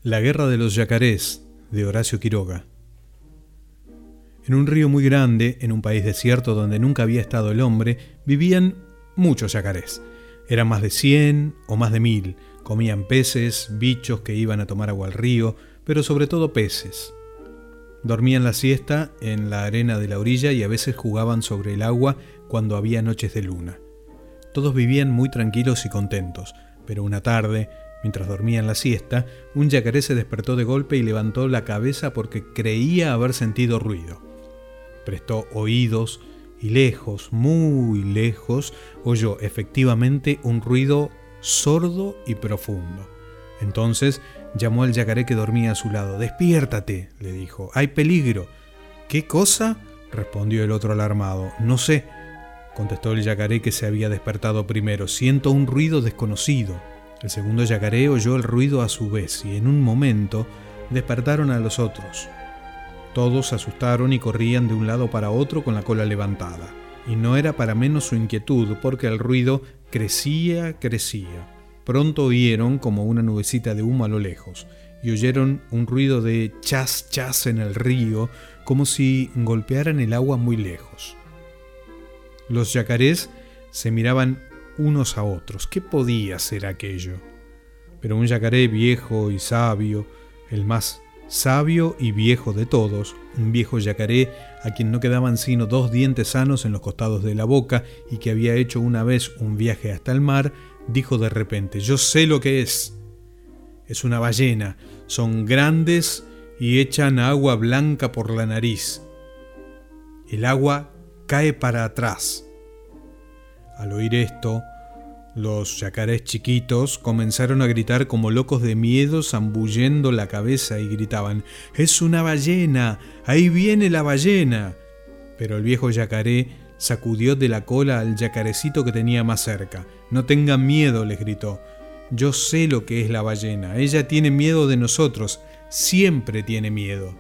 La guerra de los yacarés, de Horacio Quiroga. En un río muy grande, en un país desierto donde nunca había estado el hombre, vivían muchos yacarés. Eran más de 100 o más de 1000. Comían peces, bichos que iban a tomar agua al río, pero sobre todo peces. Dormían la siesta en la arena de la orilla y a veces jugaban sobre el agua cuando había noches de luna. Todos vivían muy tranquilos y contentos, pero una tarde, mientras dormían la siesta, un yacaré se despertó de golpe y levantó la cabeza porque creía haber sentido ruido. Prestó oídos y lejos, muy lejos, oyó efectivamente un ruido sordo y profundo. Entonces llamó al yacaré que dormía a su lado. «Despiértate», le dijo, «hay peligro». «¿Qué cosa?», respondió el otro alarmado. «No sé», contestó el yacaré que se había despertado primero. «Siento un ruido desconocido». El segundo yacaré oyó el ruido a su vez y en un momento despertaron a los otros. Todos se asustaron y corrían de un lado para otro con la cola levantada. Y no era para menos su inquietud porque el ruido crecía. Pronto oyeron como una nubecita de humo a lo lejos y oyeron un ruido de chas chas en el río como si golpearan el agua muy lejos. Los yacarés se miraban unos a otros. ¿Qué podía ser aquello? Pero un yacaré viejo y sabio, el más sabio y viejo de todos, un viejo yacaré a quien no quedaban sino 2 dientes sanos en los costados de la boca y que había hecho una vez un viaje hasta el mar, dijo de repente: «Yo sé lo que es. Es una ballena. Son grandes y echan agua blanca por la nariz. El agua cae para atrás». Al oír esto, los yacarés chiquitos comenzaron a gritar como locos de miedo, zambullendo la cabeza y gritaban: «¡Es una ballena! ¡Ahí viene la ballena!». Pero el viejo yacaré sacudió de la cola al yacarecito que tenía más cerca. «No tengan miedo», les gritó. «Yo sé lo que es la ballena. Ella tiene miedo de nosotros. Siempre tiene miedo».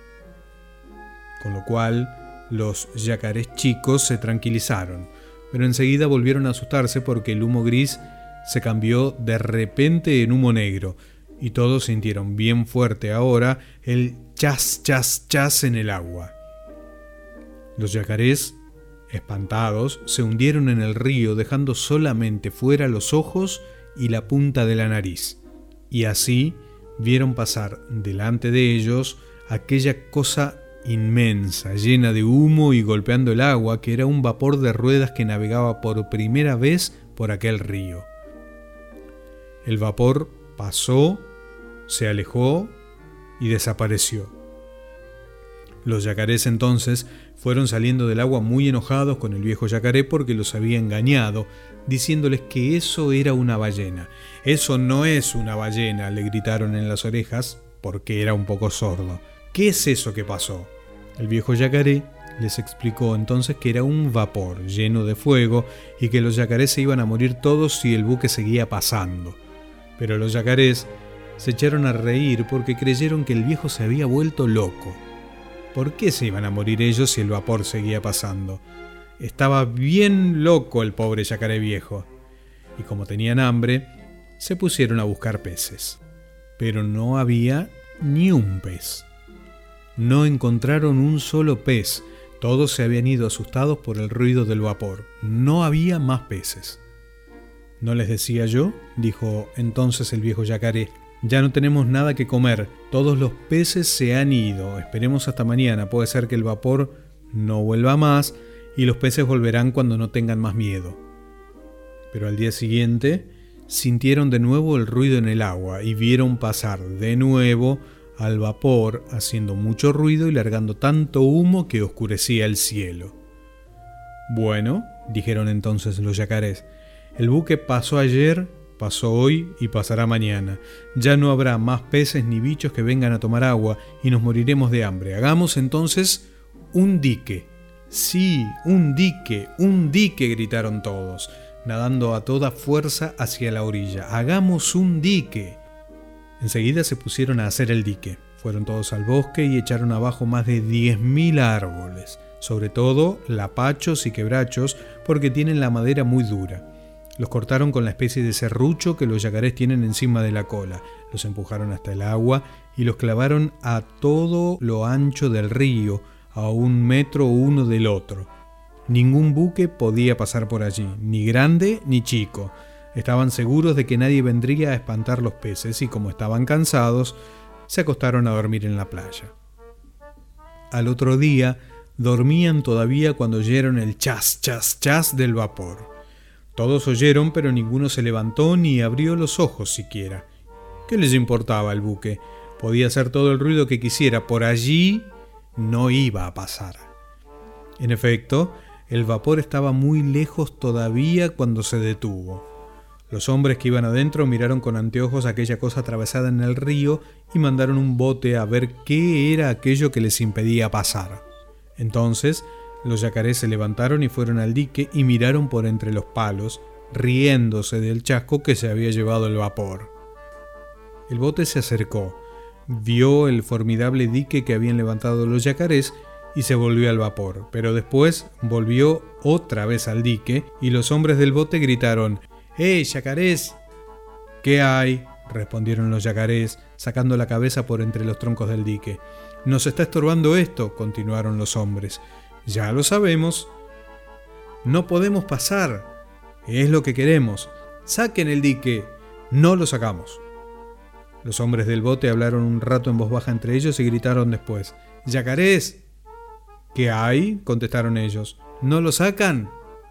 Con lo cual, los yacarés chicos se tranquilizaron. Pero enseguida volvieron a asustarse porque el humo gris se cambió de repente en humo negro y todos sintieron bien fuerte ahora el chas, chas, chas en el agua. Los yacarés, espantados, se hundieron en el río dejando solamente fuera los ojos y la punta de la nariz. Y así vieron pasar delante de ellos aquella cosa inmensa, llena de humo y golpeando el agua, que era un vapor de ruedas que navegaba por primera vez por aquel río. El vapor pasó, se alejó y desapareció. Los yacarés entonces fueron saliendo del agua muy enojados con el viejo yacaré porque los había engañado, diciéndoles que eso era una ballena. «Eso no es una ballena», le gritaron en las orejas porque era un poco sordo. «¿Qué es eso que pasó?». El viejo yacaré les explicó entonces que era un vapor lleno de fuego y que los yacarés se iban a morir todos si el buque seguía pasando. Pero los yacarés se echaron a reír porque creyeron que el viejo se había vuelto loco. ¿Por qué se iban a morir ellos si el vapor seguía pasando? Estaba bien loco el pobre yacaré viejo. Y como tenían hambre, se pusieron a buscar peces. Pero no había ni un pez. No encontraron un solo pez. Todos se habían ido asustados por el ruido del vapor. No había más peces. «¿No les decía yo?», dijo entonces el viejo yacaré. «Ya no tenemos nada que comer. Todos los peces se han ido. Esperemos hasta mañana. Puede ser que el vapor no vuelva más y los peces volverán cuando no tengan más miedo». Pero al día siguiente sintieron de nuevo el ruido en el agua y vieron pasar de nuevo al vapor haciendo mucho ruido y largando tanto humo que oscurecía el cielo. «Bueno», dijeron entonces los yacarés, «el buque pasó ayer, pasó hoy y pasará mañana. Ya no habrá más peces ni bichos que vengan a tomar agua y nos moriremos de hambre. Hagamos entonces un dique». «Sí, un dique, gritaron todos, nadando a toda fuerza hacia la orilla. «Hagamos un dique». Enseguida se pusieron a hacer el dique. Fueron todos al bosque y echaron abajo más de 10.000 árboles, sobre todo lapachos y quebrachos, porque tienen la madera muy dura. Los cortaron con la especie de serrucho que los yacarés tienen encima de la cola. Los empujaron hasta el agua y los clavaron a todo lo ancho del río, a 1 metro uno del otro. Ningún buque podía pasar por allí, ni grande ni chico. Estaban seguros de que nadie vendría a espantar los peces y, como estaban cansados, se acostaron a dormir en la playa. Al otro día dormían todavía cuando oyeron el chas, chas, chas del vapor. Todos oyeron, pero ninguno se levantó ni abrió los ojos siquiera. ¿Qué les importaba el buque? Podía hacer todo el ruido que quisiera, por allí no iba a pasar. En efecto, el vapor estaba muy lejos todavía cuando se detuvo. Los hombres que iban adentro miraron con anteojos aquella cosa atravesada en el río y mandaron un bote a ver qué era aquello que les impedía pasar. Entonces, los yacarés se levantaron y fueron al dique y miraron por entre los palos, riéndose del chasco que se había llevado el vapor. El bote se acercó, vio el formidable dique que habían levantado los yacarés y se volvió al vapor, pero después volvió otra vez al dique y los hombres del bote gritaron: yacarés! ¿Qué hay?, respondieron los yacarés, sacando la cabeza por entre los troncos del dique. Nos está estorbando esto, continuaron los hombres. Ya lo sabemos. No podemos pasar. Es lo que queremos. Saquen el dique. No lo sacamos. Los hombres del bote hablaron un rato en voz baja entre ellos y gritaron después: ¡Yacarés! ¿Qué hay?, contestaron ellos. ¿No lo sacan?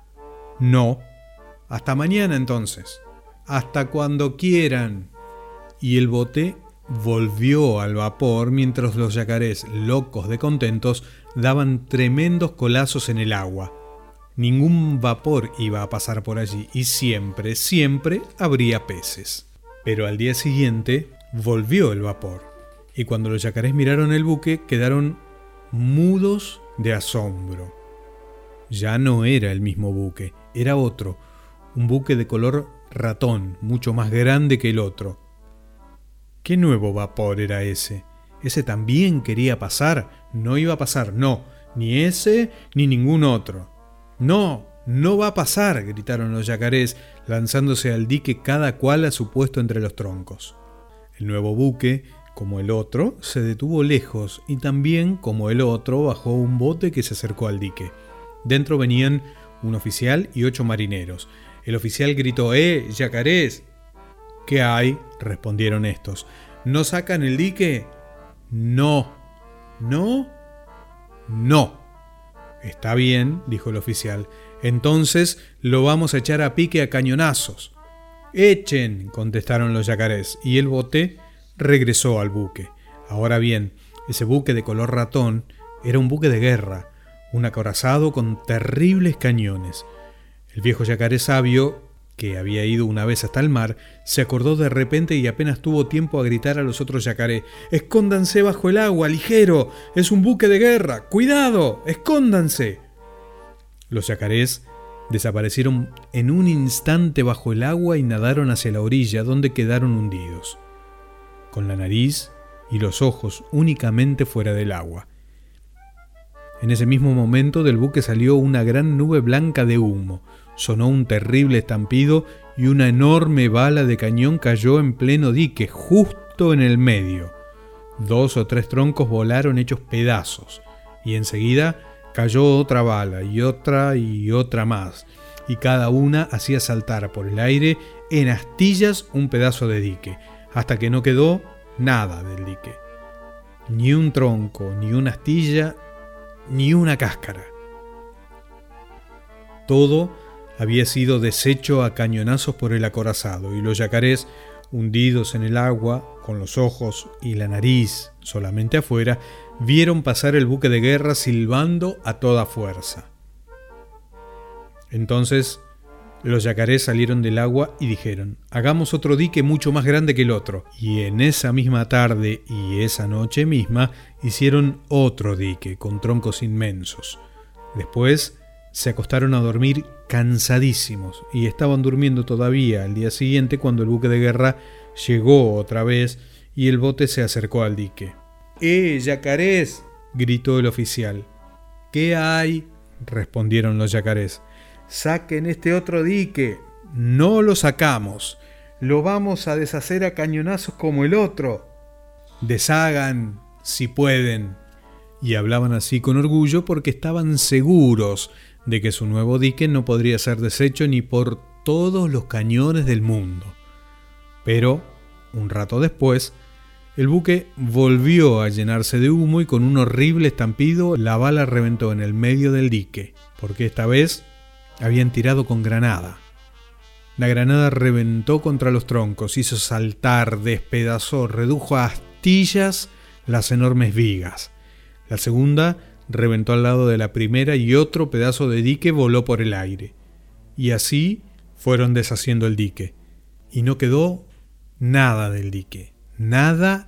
No. Hasta mañana entonces. Hasta cuando quieran. Y el bote volvió al vapor mientras los yacarés, locos de contentos, daban tremendos colazos en el agua. Ningún vapor iba a pasar por allí y siempre, siempre habría peces. Pero al día siguiente volvió el vapor y cuando los yacarés miraron el buque quedaron mudos de asombro. Ya no era el mismo buque, era otro, un buque de color ratón, mucho más grande que el otro. ¿Qué nuevo vapor era ese? ¿Ese también quería pasar? No iba a pasar, no, ni ese ni ningún otro. ¡No! ¡No va a pasar!, gritaron los yacarés, lanzándose al dique cada cual a su puesto entre los troncos. El nuevo buque, como el otro, se detuvo lejos y también, como el otro, bajó un bote que se acercó al dique. Dentro venían un oficial y 8 marineros. El oficial gritó: yacarés! ¿Qué hay?, respondieron estos. ¿No sacan el dique? No. ¿No? No. Está bien, dijo el oficial. Entonces lo vamos a echar a pique a cañonazos. Echen, contestaron los yacarés, y el bote regresó al buque. Ahora bien, ese buque de color ratón era un buque de guerra, un acorazado con terribles cañones. El viejo yacaré sabio, que había ido una vez hasta el mar, se acordó de repente y apenas tuvo tiempo a gritar a los otros yacaré: ¡Escóndanse bajo el agua, ligero! ¡Es un buque de guerra! ¡Cuidado! ¡Escóndanse! Los yacarés desaparecieron en un instante bajo el agua y nadaron hacia la orilla, donde quedaron hundidos, con la nariz y los ojos únicamente fuera del agua. En ese mismo momento del buque salió una gran nube blanca de humo. Sonó un terrible estampido y una enorme bala de cañón cayó en pleno dique, justo en el medio. 2 o 3 troncos volaron hechos pedazos, y enseguida cayó otra bala y otra más, y cada una hacía saltar por el aire en astillas un pedazo de dique, hasta que no quedó nada del dique. Ni un tronco, ni una astilla, ni una cáscara. Todo había sido deshecho a cañonazos por el acorazado, y los yacarés, hundidos en el agua, con los ojos y la nariz solamente afuera, vieron pasar el buque de guerra silbando a toda fuerza. Entonces los yacarés salieron del agua y dijeron: hagamos otro dique mucho más grande que el otro. Y en esa misma tarde y esa noche misma hicieron otro dique con troncos inmensos. Después se acostaron a dormir cansadísimos y estaban durmiendo todavía al día siguiente cuando el buque de guerra llegó otra vez y el bote se acercó al dique. ¡Yacarés!, gritó el oficial. ¿Qué hay?, respondieron los yacarés. ¡Saquen este otro dique! no lo sacamos. Lo vamos a deshacer a cañonazos como el otro. Deshagan, si pueden. Y hablaban así con orgullo porque estaban seguros de que su nuevo dique no podría ser deshecho ni por todos los cañones del mundo. Pero, un rato después, el buque volvió a llenarse de humo y con un horrible estampido la bala reventó en el medio del dique, porque esta vez habían tirado con granada. La granada reventó contra los troncos, hizo saltar, despedazó, redujo a astillas las enormes vigas. La segunda reventó al lado de la primera y otro pedazo de dique voló por el aire. Y así fueron deshaciendo el dique. Y no quedó nada del dique. Nada.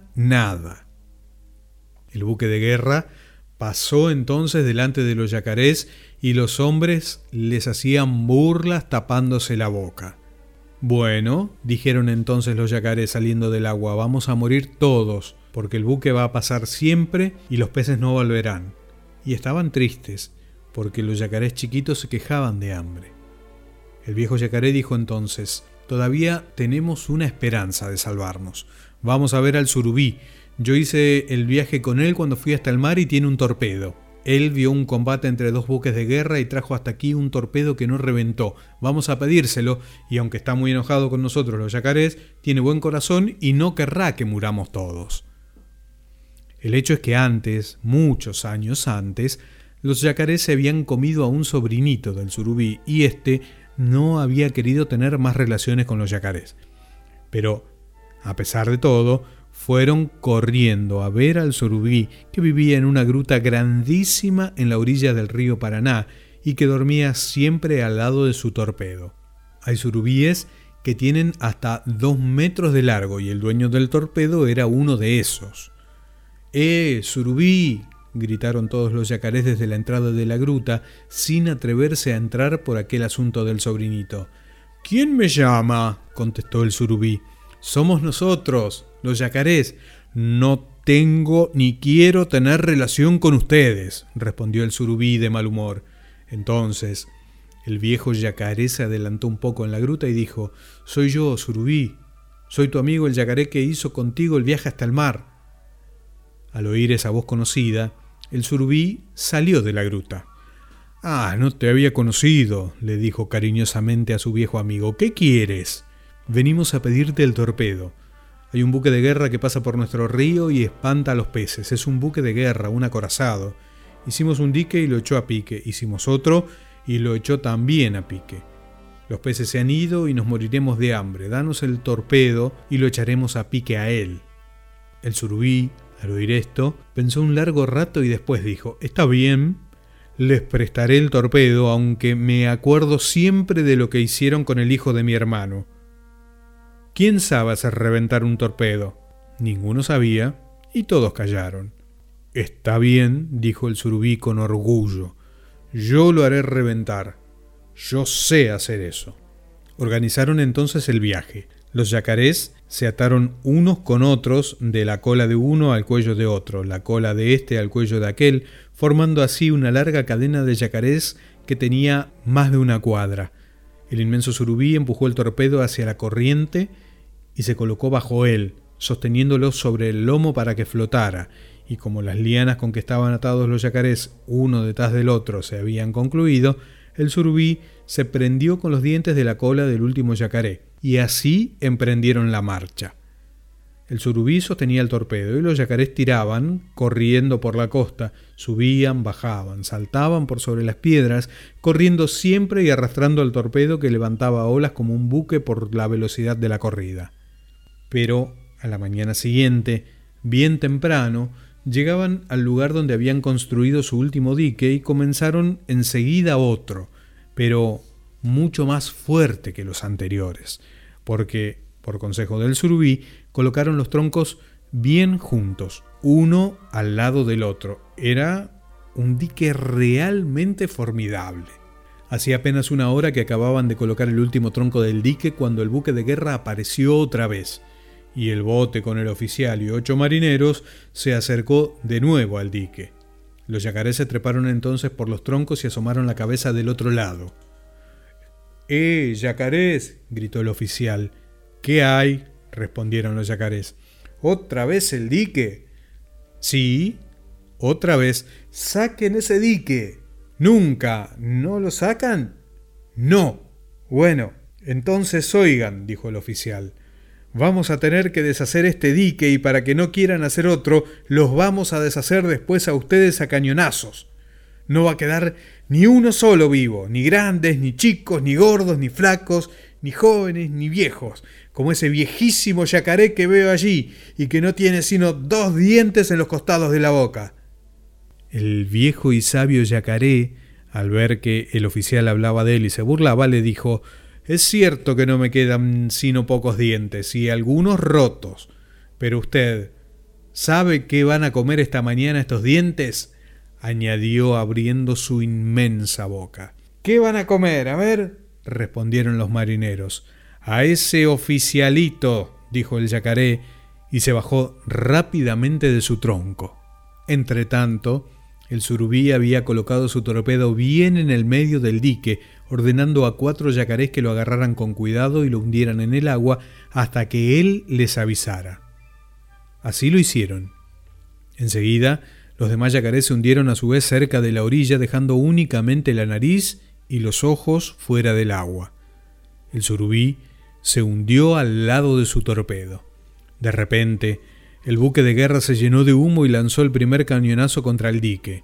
El buque de guerra pasó entonces delante de los yacarés y los hombres les hacían burlas tapándose la boca. Bueno, dijeron entonces los yacarés saliendo del agua, vamos a morir todos, porque el buque va a pasar siempre y los peces no volverán. Y estaban tristes, porque los yacarés chiquitos se quejaban de hambre. El viejo yacaré dijo entonces, todavía tenemos una esperanza de salvarnos. Vamos a ver al surubí. Yo hice el viaje con él cuando fui hasta el mar y tiene un torpedo. Él vio un combate entre dos buques de guerra y trajo hasta aquí un torpedo que no reventó. Vamos a pedírselo, y aunque está muy enojado con nosotros los yacarés, tiene buen corazón y no querrá que muramos todos. El hecho es que antes, muchos años antes, los yacarés se habían comido a un sobrinito del surubí y éste no había querido tener más relaciones con los yacarés. Pero, a pesar de todo, fueron corriendo a ver al surubí que vivía en una gruta grandísima en la orilla del río Paraná y que dormía siempre al lado de su torpedo. Hay surubíes que tienen hasta 2 metros de largo y el dueño del torpedo era uno de esos. Surubí!, gritaron todos los yacarés desde la entrada de la gruta sin atreverse a entrar por aquel asunto del sobrinito. ¿Quién me llama?, contestó el surubí. Somos nosotros, los yacarés. No tengo ni quiero tener relación con ustedes, respondió el surubí de mal humor. Entonces, el viejo yacaré se adelantó un poco en la gruta y dijo, soy yo, surubí. Soy tu amigo el yacaré que hizo contigo el viaje hasta el mar. Al oír esa voz conocida, el surubí salió de la gruta. No te había conocido, le dijo cariñosamente a su viejo amigo. ¿Qué quieres? Venimos a pedirte el torpedo. Hay un buque de guerra que pasa por nuestro río y espanta a los peces. Es un buque de guerra, un acorazado. Hicimos un dique y lo echó a pique. Hicimos otro y lo echó también a pique. Los peces se han ido y nos moriremos de hambre. Danos el torpedo y lo echaremos a pique a él. El surubí, al oír esto, pensó un largo rato y después dijo, está bien, les prestaré el torpedo, aunque me acuerdo siempre de lo que hicieron con el hijo de mi hermano. ¿Quién sabe hacer reventar un torpedo? Ninguno sabía, y todos callaron. Está bien, dijo el surubí con orgullo. Yo lo haré reventar. Yo sé hacer eso. Organizaron entonces el viaje. Los yacarés se ataron unos con otros, de la cola de uno al cuello de otro, la cola de este al cuello de aquel, formando así una larga cadena de yacarés que tenía más de una cuadra. El inmenso surubí empujó el torpedo hacia la corriente y se colocó bajo él, sosteniéndolo sobre el lomo para que flotara, y como las lianas con que estaban atados los yacarés uno detrás del otro se habían concluido, el surubí se prendió con los dientes de la cola del último yacaré, y así emprendieron la marcha. El surubí sostenía el torpedo y los yacarés tiraban, corriendo por la costa, subían, bajaban, saltaban por sobre las piedras, corriendo siempre y arrastrando al torpedo que levantaba olas como un buque por la velocidad de la corrida. Pero, a la mañana siguiente, bien temprano, llegaban al lugar donde habían construido su último dique y comenzaron enseguida otro, pero mucho más fuerte que los anteriores, porque, por consejo del surubí, colocaron los troncos bien juntos, uno al lado del otro. Era un dique realmente formidable. Hacía apenas una hora que acababan de colocar el último tronco del dique cuando el buque de guerra apareció otra vez, y el bote con el oficial y 8 marineros se acercó de nuevo al dique. Los yacarés se treparon entonces por los troncos y asomaron la cabeza del otro lado. Yacarés, gritó el oficial. ¿Qué hay?, respondieron los yacarés. ¿Otra vez el dique? Sí, otra vez. ¡Saquen ese dique! Nunca. ¿No lo sacan? No. Bueno, entonces oigan, dijo el oficial. Vamos a tener que deshacer este dique y para que no quieran hacer otro, los vamos a deshacer después a ustedes a cañonazos. No va a quedar ni uno solo vivo, ni grandes, ni chicos, ni gordos, ni flacos, ni jóvenes, ni viejos, como ese viejísimo yacaré que veo allí y que no tiene sino 2 dientes en los costados de la boca. El viejo y sabio yacaré, al ver que el oficial hablaba de él y se burlaba, le dijo: es cierto que no me quedan sino pocos dientes y algunos rotos, pero usted ¿sabe qué van a comer esta mañana estos dientes?, añadió abriendo su inmensa boca. ¿Qué van a comer? A ver, respondieron los marineros. A ese oficialito, dijo el yacaré, y se bajó rápidamente de su tronco. Entretanto, el surubí había colocado su torpedo bien en el medio del dique, ordenando a 4 yacarés que lo agarraran con cuidado y lo hundieran en el agua hasta que él les avisara. Así lo hicieron. Enseguida, los demás yacarés se hundieron a su vez cerca de la orilla, dejando únicamente la nariz y los ojos fuera del agua. El surubí se hundió al lado de su torpedo. De repente, el buque de guerra se llenó de humo y lanzó el primer cañonazo contra el dique.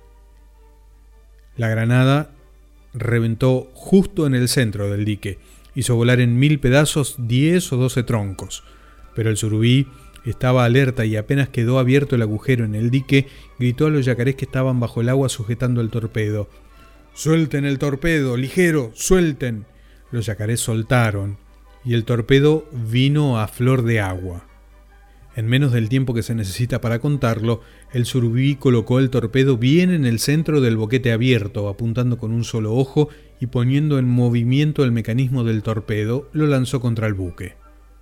La granada reventó justo en el centro del dique, hizo volar en 1000 pedazos 10 o 12 troncos, pero el surubí estaba alerta y apenas quedó abierto el agujero en el dique, gritó a los yacarés que estaban bajo el agua sujetando el torpedo: ¡suelten el torpedo, ligero, suelten! Los yacarés soltaron y el torpedo vino a flor de agua. En menos del tiempo que se necesita para contarlo, el surubí colocó el torpedo bien en el centro del boquete abierto, apuntando con un solo ojo y poniendo en movimiento el mecanismo del torpedo, lo lanzó contra el buque.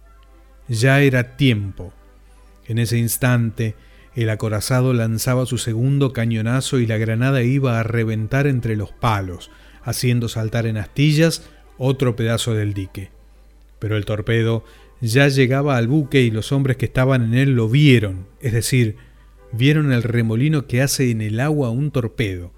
Ya era tiempo. En ese instante, el acorazado lanzaba su segundo cañonazo y la granada iba a reventar entre los palos, haciendo saltar en astillas otro pedazo del dique. Pero el torpedo ya llegaba al buque y los hombres que estaban en él lo vieron, es decir, vieron el remolino que hace en el agua un torpedo.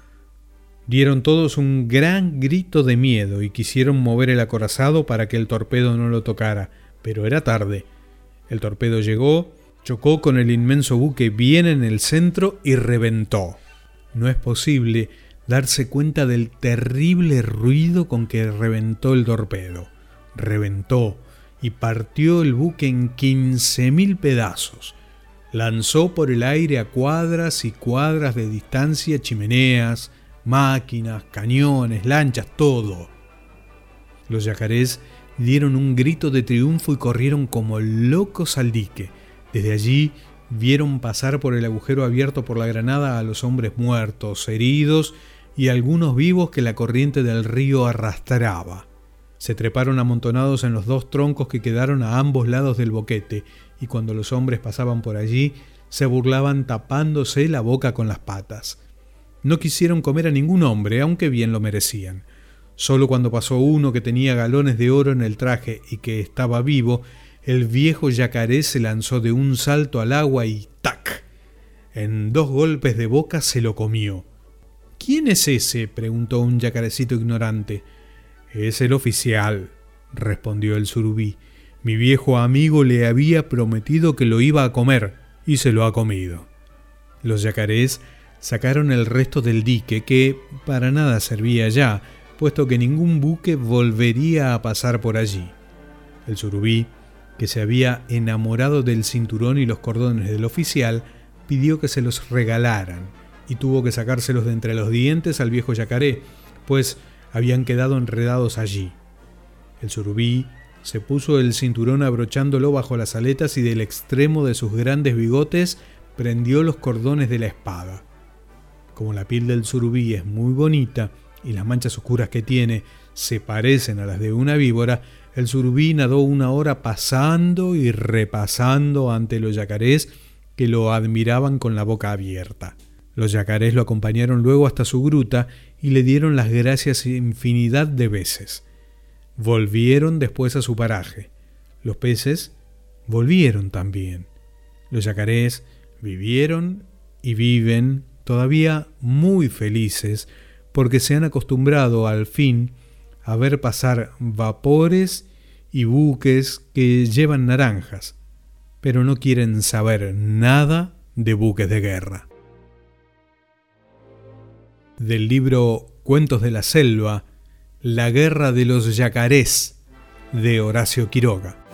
Dieron todos un gran grito de miedo y quisieron mover el acorazado para que el torpedo no lo tocara, pero era tarde. El torpedo llegó, chocó con el inmenso buque bien en el centro y reventó. No es posible darse cuenta del terrible ruido con que reventó el torpedo. Reventó y partió el buque en 15.000 pedazos. Lanzó por el aire a cuadras y cuadras de distancia chimeneas, máquinas, cañones, lanchas, todo. Los yacarés dieron un grito de triunfo y corrieron como locos al dique. Desde allí vieron pasar por el agujero abierto por la granada a los hombres muertos, heridos y algunos vivos que la corriente del río arrastraba. Se treparon amontonados en los 2 troncos que quedaron a ambos lados del boquete, y cuando los hombres pasaban por allí, se burlaban tapándose la boca con las patas. No quisieron comer a ningún hombre, aunque bien lo merecían. Solo cuando pasó uno que tenía galones de oro en el traje y que estaba vivo, el viejo yacaré se lanzó de un salto al agua y ¡tac! En 2 golpes de boca se lo comió. ¿Quién es ese?, preguntó un yacarecito ignorante. Es el oficial, respondió el surubí. Mi viejo amigo le había prometido que lo iba a comer y se lo ha comido. Los yacarés sacaron el resto del dique, que para nada servía ya, puesto que ningún buque volvería a pasar por allí. El surubí, que se había enamorado del cinturón y los cordones del oficial, pidió que se los regalaran y tuvo que sacárselos de entre los dientes al viejo yacaré, pues habían quedado enredados allí. El surubí se puso el cinturón abrochándolo bajo las aletas y del extremo de sus grandes bigotes prendió los cordones de la espada. Como la piel del surubí es muy bonita y las manchas oscuras que tiene se parecen a las de una víbora, el surubí nadó 1 hora pasando y repasando ante los yacarés que lo admiraban con la boca abierta. Los yacarés lo acompañaron luego hasta su gruta y le dieron las gracias infinidad de veces. volvieron después a su paraje. Los peces volvieron también. Los yacarés vivieron y viven todavía muy felices porque se han acostumbrado al fin a ver pasar vapores y buques que llevan naranjas, pero no quieren saber nada de buques de guerra. Del libro Cuentos de la Selva, La guerra de los yacarés, de Horacio Quiroga.